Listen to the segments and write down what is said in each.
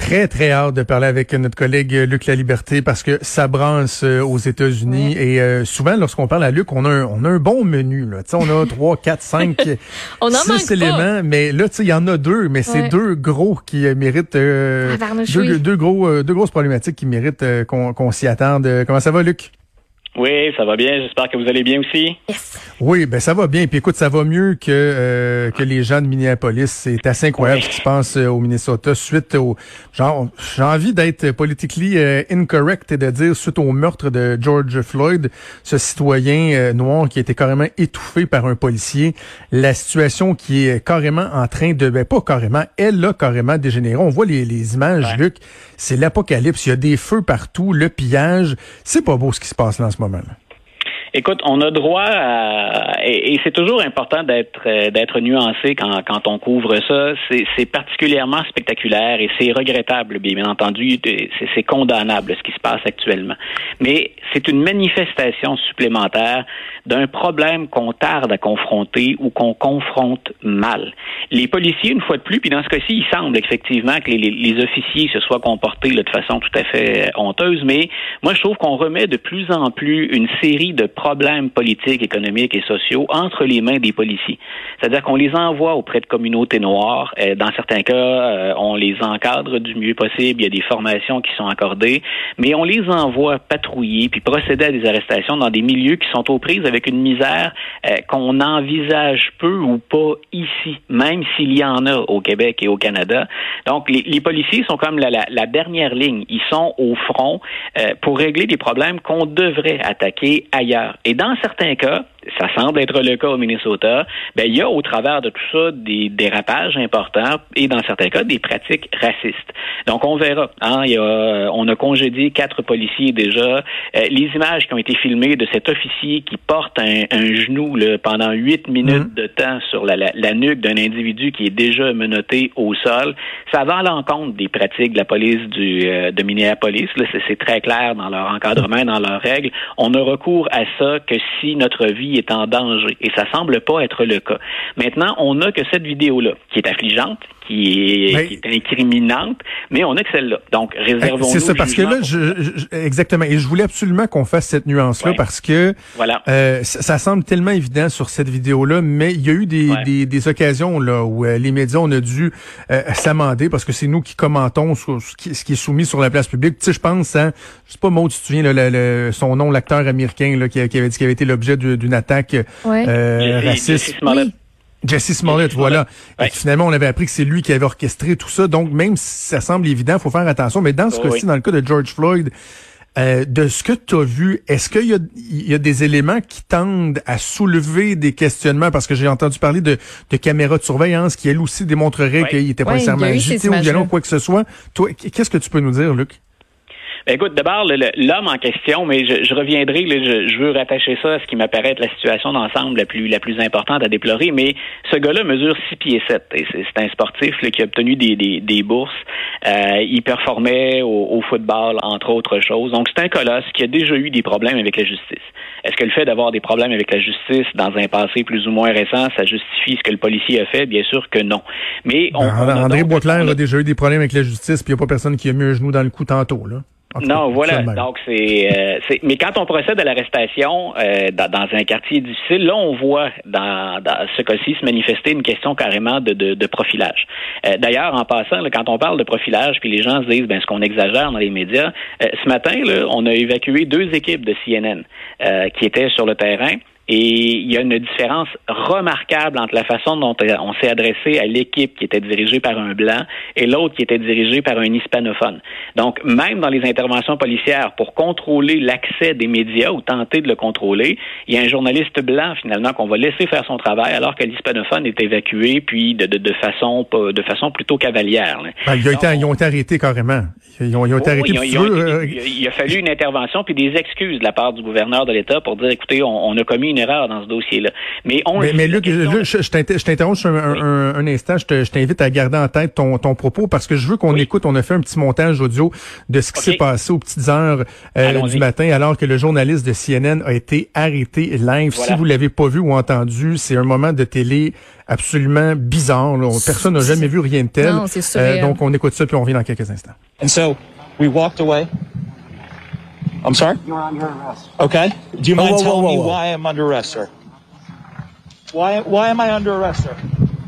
très, très hâte de parler avec notre collègue Luc Laliberté parce que ça brasse aux États-Unis et souvent, lorsqu'on parle à Luc, on a un bon menu. Là. On a 3, 4, 5, 6 éléments, pas. Mais là, il y en a deux, mais c'est deux gros qui méritent deux grosses problématiques qui méritent qu'on s'y attarde. Comment ça va, Luc? Oui, ça va bien. J'espère que vous allez bien aussi. Yes. Oui, ben ça va bien. Puis écoute, ça va mieux que les gens de Minneapolis. C'est assez incroyable ce qui se passe au Minnesota suite au genre. J'ai envie d'être politically incorrect et de dire suite au meurtre de George Floyd, ce citoyen noir qui a été carrément étouffé par un policier. La situation qui est carrément en train de, pas carrément, elle a carrément dégénéré. On voit les images, Luc. C'est l'apocalypse. Il y a des feux partout, le pillage. C'est pas beau ce qui se passe là en ce moment. Écoute, on a droit à, et c'est toujours important d'être nuancé quand on couvre ça. C'est particulièrement spectaculaire et c'est regrettable, bien entendu. C'est condamnable ce qui se passe actuellement. Mais c'est une manifestation supplémentaire d'un problème qu'on tarde à confronter ou qu'on confronte mal. Les policiers, une fois de plus, puis dans ce cas-ci, il semble effectivement que les officiers se soient comportés là, de façon tout à fait honteuse, mais moi je trouve qu'on remet de plus en plus une série de problèmes politiques, économiques et sociaux entre les mains des policiers. C'est-à-dire qu'on les envoie auprès de communautés noires. Dans certains cas, on les encadre du mieux possible. Il y a des formations qui sont accordées, mais on les envoie patrouiller puis procéder à des arrestations dans des milieux qui sont aux prises avec une misère qu'on envisage peu ou pas ici, même s'il y en a au Québec et au Canada. Donc, les policiers sont comme la dernière ligne. Ils sont au front pour régler des problèmes qu'on devrait attaquer ailleurs. Et dans certains cas, ça semble être le cas au Minnesota, il y a au travers de tout ça des dérapages importants et dans certains cas des pratiques racistes. Donc on verra. On a congédié 4 policiers déjà. Les images qui ont été filmées de cet officier qui porte un genou là, pendant 8 minutes de temps sur la nuque d'un individu qui est déjà menotté au sol, ça va à l'encontre des pratiques de la police de Minneapolis. Là, c'est très clair dans leur encadrement, dans leurs règles. On a recours à ça que si notre vie est en danger. Et ça semble pas être le cas. Maintenant, on n'a que cette vidéo-là, qui est affligeante, qui est incriminante, mais on n'a que celle-là. Donc, réservons-nous. C'est ça, parce que là, exactement. Et je voulais absolument qu'on fasse cette nuance-là parce que ça semble tellement évident sur cette vidéo-là, mais il y a eu des occasions là où les médias, on a dû s'amender parce que c'est nous qui commentons ce qui est soumis sur la place publique. Tu sais, je pense, je sais pas, Maud, si tu te souviens, là, son nom, l'acteur américain là, qui avait dit qu'il avait été l'objet d'une attaque raciste. Jesse Smollett, voilà. Et finalement, on avait appris que c'est lui qui avait orchestré tout ça. Donc, même si ça semble évident, il faut faire attention. Mais dans ce cas-ci, dans le cas de George Floyd, de ce que tu as vu, est-ce qu'il y a des éléments qui tendent à soulever des questionnements? Parce que j'ai entendu parler de caméras de surveillance qui, elles aussi, démontreraient qu'il n'était pas nécessairement agité ou violent ou quoi que ce soit. Toi, qu'est-ce que tu peux nous dire, Luc? Écoute, d'abord, l'homme en question, mais je reviendrai, je veux rattacher ça à ce qui m'apparaît être la situation d'ensemble la plus importante à déplorer, mais ce gars-là mesure 6 pieds 7, et c'est un sportif là, qui a obtenu des bourses, il performait au football, entre autres choses, donc c'est un colosse qui a déjà eu des problèmes avec la justice. Est-ce que le fait d'avoir des problèmes avec la justice dans un passé plus ou moins récent, ça justifie ce que le policier a fait? Bien sûr que non. Mais André Boisclair a déjà eu des problèmes avec la justice, puis il n'y a pas personne qui a mis un genou dans le cou tantôt, là. Non, voilà. Donc mais quand on procède à l'arrestation dans un quartier difficile, là on voit dans ce cas-ci se manifester une question carrément de profilage. D'ailleurs, en passant, là, quand on parle de profilage, puis les gens se disent est-ce qu'on exagère dans les médias, ce matin là, on a évacué 2 équipes de CNN qui étaient sur le terrain. Et il y a une différence remarquable entre la façon dont on s'est adressé à l'équipe qui était dirigée par un blanc et l'autre qui était dirigée par un hispanophone. Donc, même dans les interventions policières, pour contrôler l'accès des médias ou tenter de le contrôler, il y a un journaliste blanc, finalement, qu'on va laisser faire son travail alors que l'hispanophone est évacué, puis de façon plutôt cavalière. Ils ont été arrêtés carrément. Ils ont été arrêtés. Il a fallu une intervention puis des excuses de la part du gouverneur de l'État pour dire, écoutez, on a commis une erreur dans ce dossier-là. Mais Luc, je t'interromps un instant. Je t'invite à garder en tête ton propos parce que je veux qu'on écoute. On a fait un petit montage audio de ce qui s'est passé aux petites heures du matin, alors que le journaliste de CNN a été arrêté live. Voilà. Si vous l'avez pas vu ou entendu, c'est un moment de télé absolument bizarre. Là. Personne n'a jamais vu rien de tel. Non, c'est surréal. Donc on écoute ça puis on revient dans quelques instants. And so we walked away. I'm sorry? You're under arrest. Okay. Do you mind telling me why I'm under arrest, sir? Why am I under arrest, sir?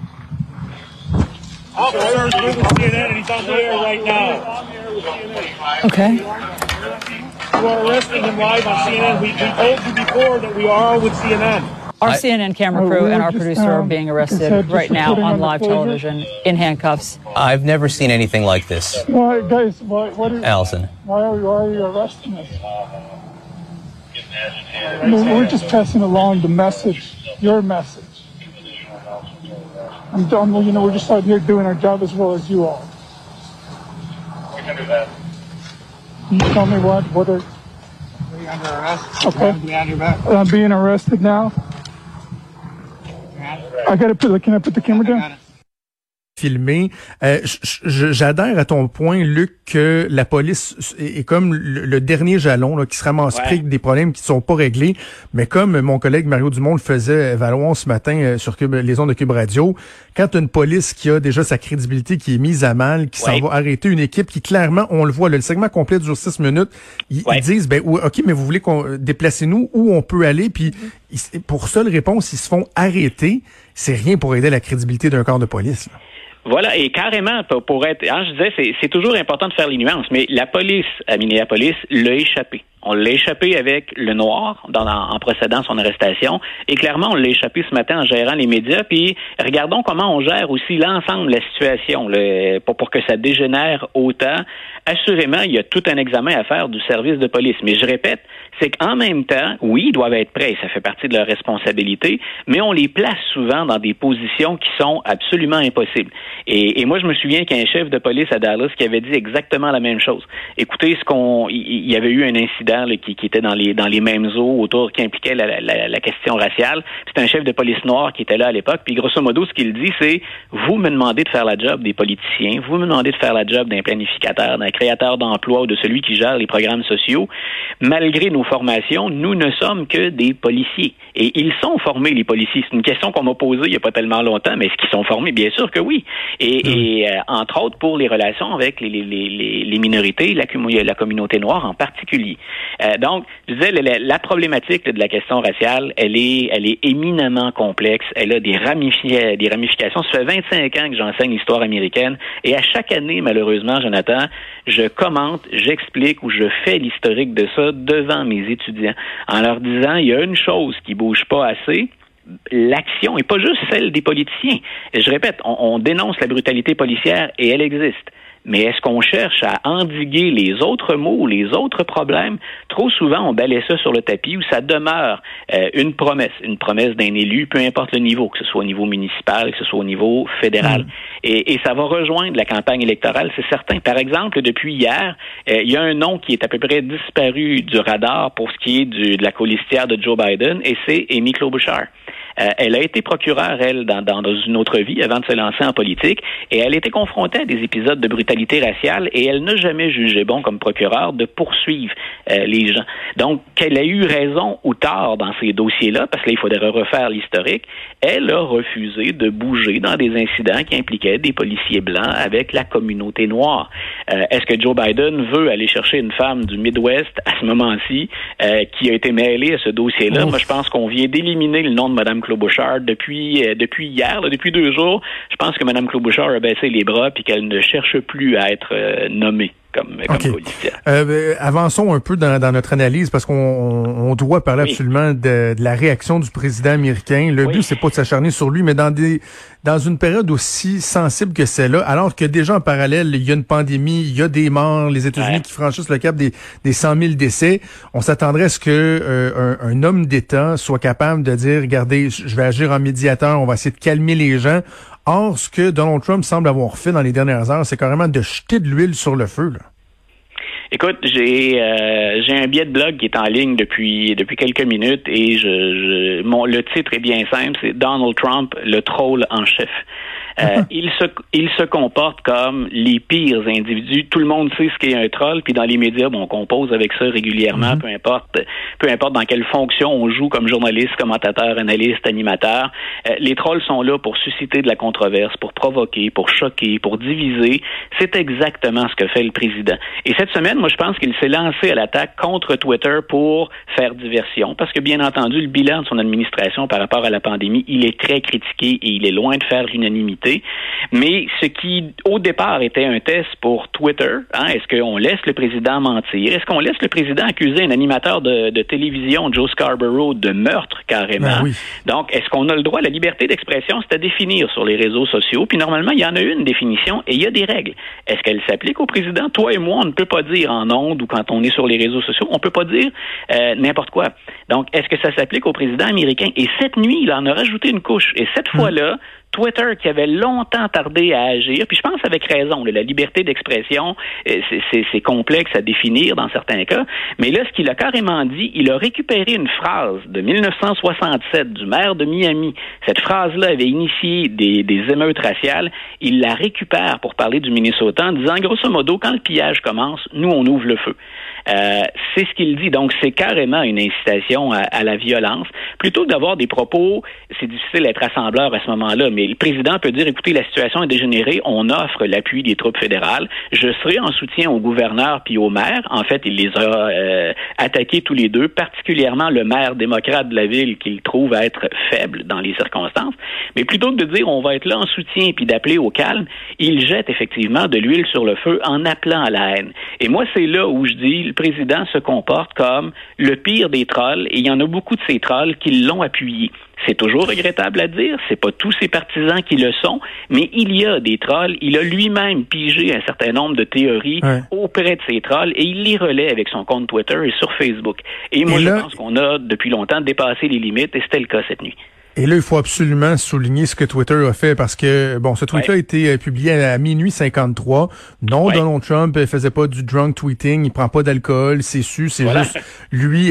Officer's with CNN and he's on the air right now. Okay. You are arresting him live on CNN. We told you before that we are with CNN. Our CNN camera crew and our producer are being arrested right now on live television in handcuffs. I've never seen anything like this. Why, guys, what is... Allison. Why are you arresting us? We're just passing along the message, your message. I'm done. You know, we're just out here doing our job as well as you all. We can do that. Can you tell me what are... Are you under arrest? Okay. I'm being arrested now. Can I put the camera down? Filmé. J'adhère à ton point, Luc, que la police est comme le dernier jalon là, qui se ramasse pris avec des problèmes qui ne sont pas réglés. Mais comme mon collègue Mario Dumont le faisait valoir ce matin sur les ondes de Cube Radio, quand tu as une police qui a déjà sa crédibilité qui est mise à mal, qui s'en va arrêter une équipe qui clairement, on le voit, le segment complet dure 6 minutes, ils disent, OK, mais vous voulez qu'on déplacez-nous où on peut aller, puis pour seule réponse, ils se font arrêter. C'est rien pour aider la crédibilité d'un corps de police. Là. Voilà, et carrément, pour être... je disais, c'est toujours important de faire les nuances, mais la police à Minneapolis l'a échappé. On l'a échappé avec le noir en procédant son arrestation. Et clairement, on l'a échappé ce matin en gérant les médias. Puis regardons comment on gère aussi l'ensemble de la situation pour que ça dégénère autant. Assurément, il y a tout un examen à faire du service de police. Mais je répète, c'est qu'en même temps, oui, ils doivent être prêts, ça fait partie de leur responsabilité, mais on les place souvent dans des positions qui sont absolument impossibles. Et moi, je me souviens qu'il y a un chef de police à Dallas qui avait dit exactement la même chose. Écoutez, il y avait eu un incident là, qui était dans les mêmes eaux autour, qui impliquait la question raciale. C'était un chef de police noir qui était là à l'époque. Puis grosso modo, ce qu'il dit, c'est vous me demandez de faire la job des politiciens, vous me demandez de faire la job d'un planificateur, d'un créateur d'emplois ou de celui qui gère les programmes sociaux. Malgré nos formations, nous ne sommes que des policiers. Et ils sont formés, les policiers. C'est une question qu'on m'a posée il n'y a pas tellement longtemps, mais est-ce qu'ils sont formés? Bien sûr que oui. Et entre autres, pour les relations avec les minorités, la communauté noire en particulier. Donc, je disais, la problématique de la question raciale, elle est éminemment complexe. Elle a des ramifications. Ça fait 25 ans que j'enseigne l'histoire américaine. Et à chaque année, malheureusement, Jonathan, je commente, j'explique ou je fais l'historique de ça devant mes étudiants en leur disant, il y a une chose qui bouge pas assez, l'action, et pas juste celle des politiciens. Et je répète, on dénonce la brutalité policière et elle existe. Mais est-ce qu'on cherche à endiguer les autres maux, les autres problèmes? Trop souvent, on balaie ça sur le tapis où ça demeure une promesse d'un élu, peu importe le niveau, que ce soit au niveau municipal, que ce soit au niveau fédéral. Et ça va rejoindre la campagne électorale, c'est certain. Par exemple, depuis hier, il y a un nom qui est à peu près disparu du radar pour ce qui est de la colistière de Joe Biden, et c'est Amy Klobuchar. Elle a été procureure, elle, dans une autre vie, avant de se lancer en politique, et elle a été confrontée à des épisodes de brutalité raciale, et elle n'a jamais jugé bon, comme procureure, de poursuivre les gens. Donc, qu'elle a eu raison ou tort dans ces dossiers-là, parce que là, il faudrait refaire l'historique, elle a refusé de bouger dans des incidents qui impliquaient des policiers blancs avec la communauté noire. Est-ce que Joe Biden veut aller chercher une femme du Midwest à ce moment-ci qui a été mêlée à ce dossier-là? Moi, je pense qu'on vient d'éliminer le nom de Mme Klobuchar depuis hier, là, depuis 2 jours. Je pense que Mme Klobuchar a baissé les bras puis qu'elle ne cherche plus à être nommée comme policière. Avançons un peu dans notre analyse parce qu'on doit parler absolument de la réaction du président américain. Le but, c'est pas de s'acharner sur lui, mais dans une période aussi sensible que celle-là, alors que déjà en parallèle, il y a une pandémie, il y a des morts, les États-Unis qui franchissent le cap des 100 000 décès, on s'attendrait à ce que un homme d'État soit capable de dire, regardez, je vais agir en médiateur, on va essayer de calmer les gens. Or, ce que Donald Trump semble avoir fait dans les dernières heures, c'est carrément de jeter de l'huile sur le feu, là. Écoute, j'ai un billet de blog qui est en ligne depuis quelques minutes et le titre est bien simple, c'est Donald Trump, le troll en chef. Il se comporte comme les pires individus. Tout le monde sait ce qu'est un troll, puis dans les médias, on compose avec ça régulièrement, peu importe dans quelle fonction on joue comme journaliste, commentateur, analyste, animateur. Les trolls sont là pour susciter de la controverse, pour provoquer, pour choquer, pour diviser. C'est exactement ce que fait le président. Et cette semaine, moi, je pense qu'il s'est lancé à l'attaque contre Twitter pour faire diversion, parce que bien entendu, le bilan de son administration par rapport à la pandémie, il est très critiqué et il est loin de faire l'unanimité. Mais ce qui, au départ, était un test pour Twitter, est-ce qu'on laisse le président mentir? Est-ce qu'on laisse le président accuser un animateur de télévision, Joe Scarborough, de meurtre, carrément? Ben oui. Donc, est-ce qu'on a le droit à la liberté d'expression? C'est à définir sur les réseaux sociaux. Puis, normalement, il y en a une définition et il y a des règles. Est-ce qu'elle s'applique au président? Toi et moi, on ne peut pas dire en ondes ou quand on est sur les réseaux sociaux, on ne peut pas dire n'importe quoi. Donc, est-ce que ça s'applique au président américain? Et cette nuit, il en a rajouté une couche. Et cette fois-là, Twitter, qui avait longtemps tardé à agir, puis je pense avec raison, la liberté d'expression, c'est complexe à définir dans certains cas, mais là, ce qu'il a carrément dit, il a récupéré une phrase de 1967 du maire de Miami. Cette phrase-là avait initié des émeutes raciales. Il la récupère pour parler du Minnesota en disant, grosso modo, quand le pillage commence, nous, on ouvre le feu. C'est ce qu'il dit. Donc, c'est carrément une incitation à la violence. Plutôt que d'avoir des propos, c'est difficile d'être rassembleur à ce moment-là, mais le président peut dire, écoutez, la situation est dégénérée, on offre l'appui des troupes fédérales, je serai en soutien au gouverneur puis au maire. En fait, il les a attaqués tous les deux, particulièrement le maire démocrate de la ville qu'il trouve être faible dans les circonstances. Mais plutôt que de dire, on va être là en soutien puis d'appeler au calme, il jette effectivement de l'huile sur le feu en appelant à la haine. Et moi, c'est là où je dis, le président se comporte comme le pire des trolls, et il y en a beaucoup de ces trolls qui l'ont appuyé. C'est toujours regrettable à dire, c'est pas tous ses partisans qui le sont, mais il y a des trolls, il a lui-même pigé un certain nombre de théories auprès de ces trolls, et il les relaie avec son compte Twitter et sur Facebook. Et moi, je pense qu'on a, depuis longtemps, dépassé les limites, et c'était le cas cette nuit. Et là, il faut absolument souligner ce que Twitter a fait parce que, ce tweet-là a été publié à minuit 53. Non, Donald Trump faisait pas du drunk tweeting, il prend pas d'alcool, c'est juste lui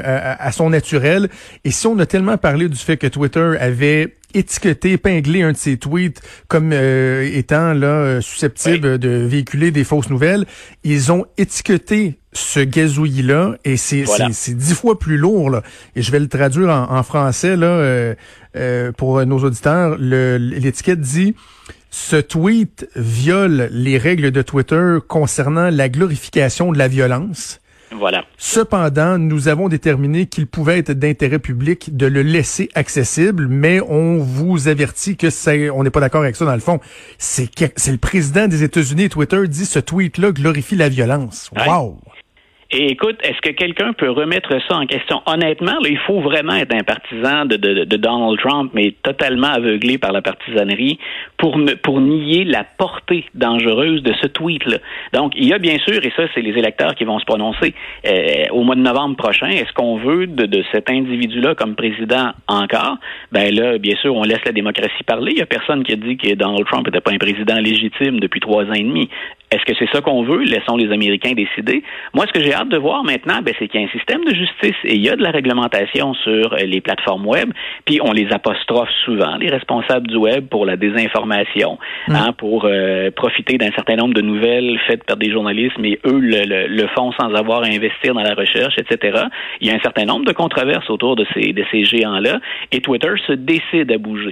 à son naturel. Et si on a tellement parlé du fait que Twitter avait épinglé un de ses tweets comme étant là susceptible de véhiculer des fausses nouvelles, ils ont étiqueté ce gazouillis-là, et c'est 10 fois plus lourd, là. Et je vais le traduire en français, là, pour nos auditeurs. L'étiquette dit: ce tweet viole les règles de Twitter concernant la glorification de la violence. Voilà. Cependant, nous avons déterminé qu'il pouvait être d'intérêt public de le laisser accessible, mais on vous avertit que on n'est pas d'accord avec ça dans le fond. C'est le président des États-Unis, Twitter dit ce tweet-là glorifie la violence. Wow! Et écoute, est-ce que quelqu'un peut remettre ça en question? Honnêtement, là, il faut vraiment être un partisan de Donald Trump, mais totalement aveuglé par la partisanerie pour nier la portée dangereuse de ce tweet-là. Donc, il y a bien sûr, et ça, c'est les électeurs qui vont se prononcer au mois de novembre prochain, est-ce qu'on veut de cet individu-là comme président encore? Ben là, bien sûr, on laisse la démocratie parler. Il y a personne qui a dit que Donald Trump n'était pas un président légitime depuis 3 ans et demi. Est-ce que c'est ça qu'on veut? Laissons les Américains décider. Moi, ce que j'ai hâte de voir maintenant, c'est qu'il y a un système de justice et il y a de la réglementation sur les plateformes web, puis on les apostrophe souvent, les responsables du web, pour la désinformation, pour profiter d'un certain nombre de nouvelles faites par des journalistes, mais eux le font sans avoir à investir dans la recherche, etc. Il y a un certain nombre de controverses autour de ces géants-là, et Twitter se décide à bouger.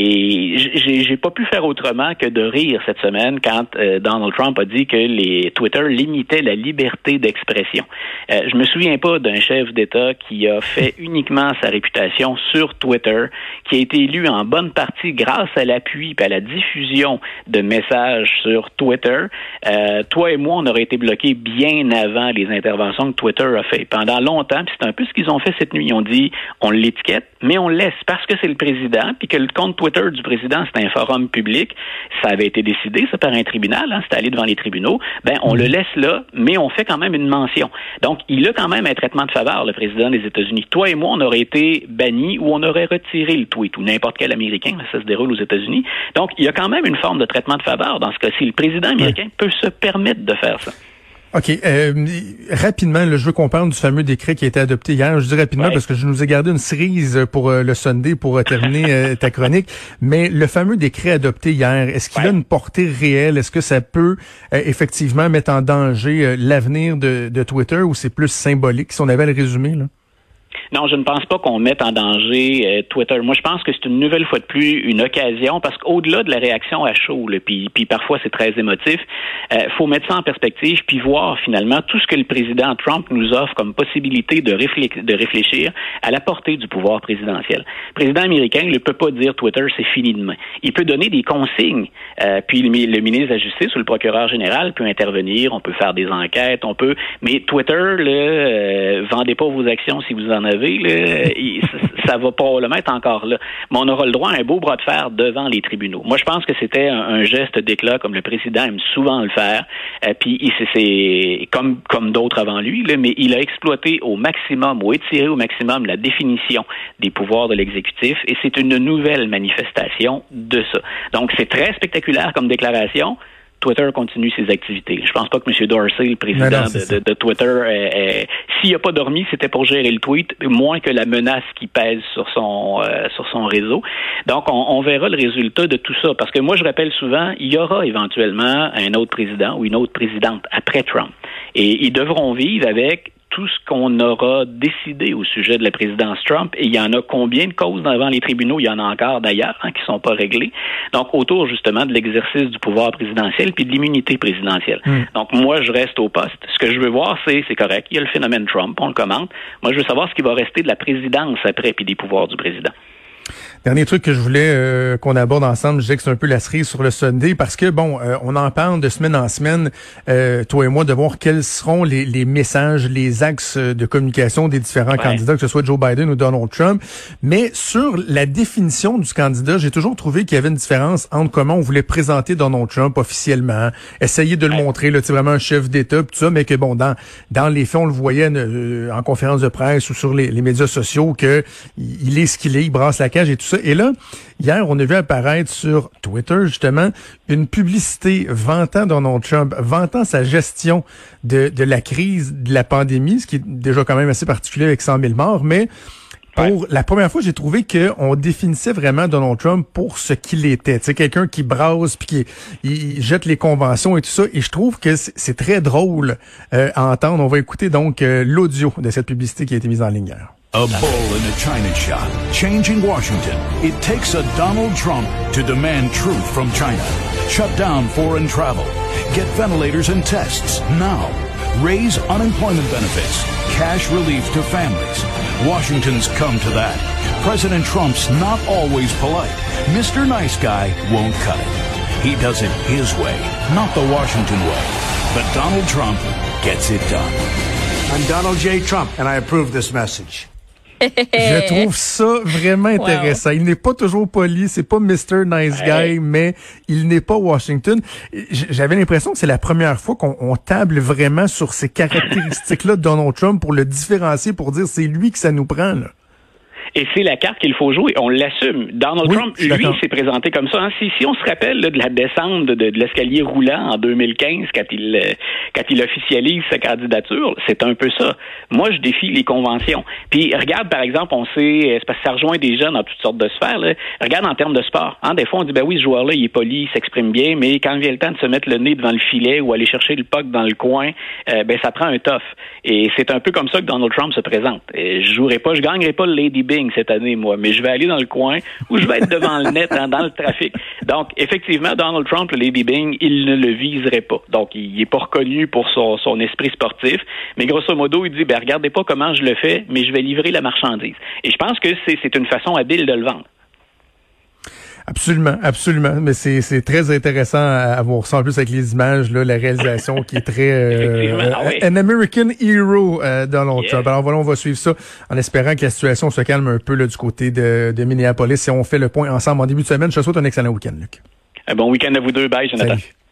Et j'ai pas pu faire autrement que de rire cette semaine quand Donald Trump a dit que les Twitter limitaient la liberté d'expression. Je me souviens pas d'un chef d'État qui a fait uniquement sa réputation sur Twitter, qui a été élu en bonne partie grâce à l'appui et à la diffusion de messages sur Twitter. Toi et moi, on aurait été bloqués bien avant les interventions que Twitter a fait. Pendant longtemps, puis c'est un peu ce qu'ils ont fait cette nuit. Ils ont dit, on l'étiquette, mais on le laisse parce que c'est le président, puis que le compte Twitter du président, c'est un forum public. Ça avait été décidé, ça, par un tribunal, c'est allé devant les tribunaux. On le laisse là, mais on fait quand même une mention. Donc, il a quand même un traitement de faveur, le président des États-Unis. Toi et moi, on aurait été bannis ou on aurait retiré le tweet, ou n'importe quel Américain, ça se déroule aux États-Unis. Donc, il y a quand même une forme de traitement de faveur dans ce cas-ci. Le président américain peut se permettre de faire ça. OK. Rapidement, là, je veux qu'on parle du fameux décret qui a été adopté hier. Je dis rapidement parce que je nous ai gardé une cerise pour le Sunday pour terminer ta chronique. Mais le fameux décret adopté hier, est-ce qu'il a une portée réelle? Est-ce que ça peut effectivement mettre en danger l'avenir de Twitter ou c'est plus symbolique si on avait à le résumer, là? Non, je ne pense pas qu'on mette en danger Twitter. Moi, je pense que c'est une nouvelle fois de plus une occasion, parce qu'au-delà de la réaction à chaud, là, puis parfois c'est très émotif, faut mettre ça en perspective puis voir finalement tout ce que le président Trump nous offre comme possibilité de réfléchir à la portée du pouvoir présidentiel. Le président américain ne peut pas dire Twitter, c'est fini demain. Il peut donner des consignes, puis le ministre de la Justice ou le procureur général peut intervenir, on peut faire des enquêtes, mais Twitter, vendez pas vos actions si vous en avez, là, ça va probablement être encore là. Mais on aura le droit à un beau bras de fer devant les tribunaux. Moi, je pense que c'était un geste d'éclat, comme le président aime souvent le faire. Puis c'est comme d'autres avant lui, là, mais il a exploité au maximum ou étiré au maximum la définition des pouvoirs de l'exécutif, et c'est une nouvelle manifestation de ça. Donc, c'est très spectaculaire comme déclaration. Twitter continue ses activités. Je pense pas que M. Dorsey, le président de Twitter, s'il n'a pas dormi, c'était pour gérer le tweet, moins que la menace qui pèse sur son réseau. Donc, on verra le résultat de tout ça. Parce que moi, je rappelle souvent, il y aura éventuellement un autre président ou une autre présidente après Trump. Et ils devront vivre avec tout ce qu'on aura décidé au sujet de la présidence Trump, et il y en a combien de causes devant les tribunaux? Il y en a encore d'ailleurs qui sont pas réglées. Donc, autour justement de l'exercice du pouvoir présidentiel puis de l'immunité présidentielle. Donc, moi, je reste au poste. Ce que je veux voir, c'est correct, il y a le phénomène Trump, on le commente. Moi, je veux savoir ce qui va rester de la présidence après puis des pouvoirs du président. Dernier truc que je voulais qu'on aborde ensemble, je disais que c'est un peu la cerise sur le Sunday, parce que on en parle de semaine en semaine, toi et moi, de voir quels seront les messages, les axes de communication des différents candidats, que ce soit Joe Biden ou Donald Trump. Mais sur la définition du candidat, j'ai toujours trouvé qu'il y avait une différence entre comment on voulait présenter Donald Trump officiellement, essayer de le montrer, là, vraiment un chef d'État, tout ça, mais que dans les faits, on le voyait en conférence de presse ou sur les médias sociaux, que il est ce qu'il est, il brasse la cage et tout ça. Et là, hier, on a vu apparaître sur Twitter, justement, une publicité vantant Donald Trump, vantant sa gestion de la crise de la pandémie, ce qui est déjà quand même assez particulier avec 100 000 morts, mais pour la première fois, j'ai trouvé qu'on définissait vraiment Donald Trump pour ce qu'il était. Tu sais, quelqu'un qui brasse puis qui jette les conventions et tout ça. Et je trouve que c'est très drôle à entendre. On va écouter donc l'audio de cette publicité qui a été mise en ligne hier. A bull in a china shop, changing Washington. It takes a Donald Trump to demand truth from China. Shut down foreign travel. Get ventilators and tests now. Raise unemployment benefits. Cash relief to families. Washington's come to that. President Trump's not always polite. Mr. Nice Guy won't cut it. He does it his way, not the Washington way. But Donald Trump gets it done. I'm Donald J. Trump, and I approve this message. Je trouve ça vraiment intéressant. Il n'est pas toujours poli, c'est pas Mr. Nice Guy, mais il n'est pas Washington. J'avais l'impression que c'est la première fois qu'on table vraiment sur ces caractéristiques-là de Donald Trump pour le différencier, pour dire c'est lui que ça nous prend, là. Et c'est la carte qu'il faut jouer. On l'assume. Donald Trump, lui, s'est présenté comme ça. Hein. Si on se rappelle là, de la descente de l'escalier roulant en 2015, quand il officialise sa candidature, c'est un peu ça. Moi, je défie les conventions. Puis regarde, par exemple, on sait, c'est parce que ça rejoint des gens dans toutes sortes de sphères. Là. Regarde en termes de sport. Hein. Des fois, on dit, oui, ce joueur-là, il est poli, il s'exprime bien, mais quand vient le temps de se mettre le nez devant le filet ou aller chercher le puck dans le coin, ça prend un tough. Et c'est un peu comme ça que Donald Trump se présente. Je gagnerai pas le Lady Bing cette année, moi, mais je vais aller dans le coin où je vais être devant le net, dans le trafic. Donc, effectivement, Donald Trump, le Lady Bing, il ne le viserait pas. Donc, il est pas reconnu pour son esprit sportif, mais grosso modo, il dit, regardez pas comment je le fais, mais je vais livrer la marchandise. Et je pense que c'est une façon habile de le vendre. Absolument, absolument. Mais c'est très intéressant à voir ça en plus avec les images, là, la réalisation qui est très an American hero, Donald Trump. Alors voilà, on va suivre ça en espérant que la situation se calme un peu là, du côté de Minneapolis. Et on fait le point ensemble en début de semaine. Je te souhaite un excellent week-end, Luc. Bon week-end à vous deux. Bye, Jonathan. Salut.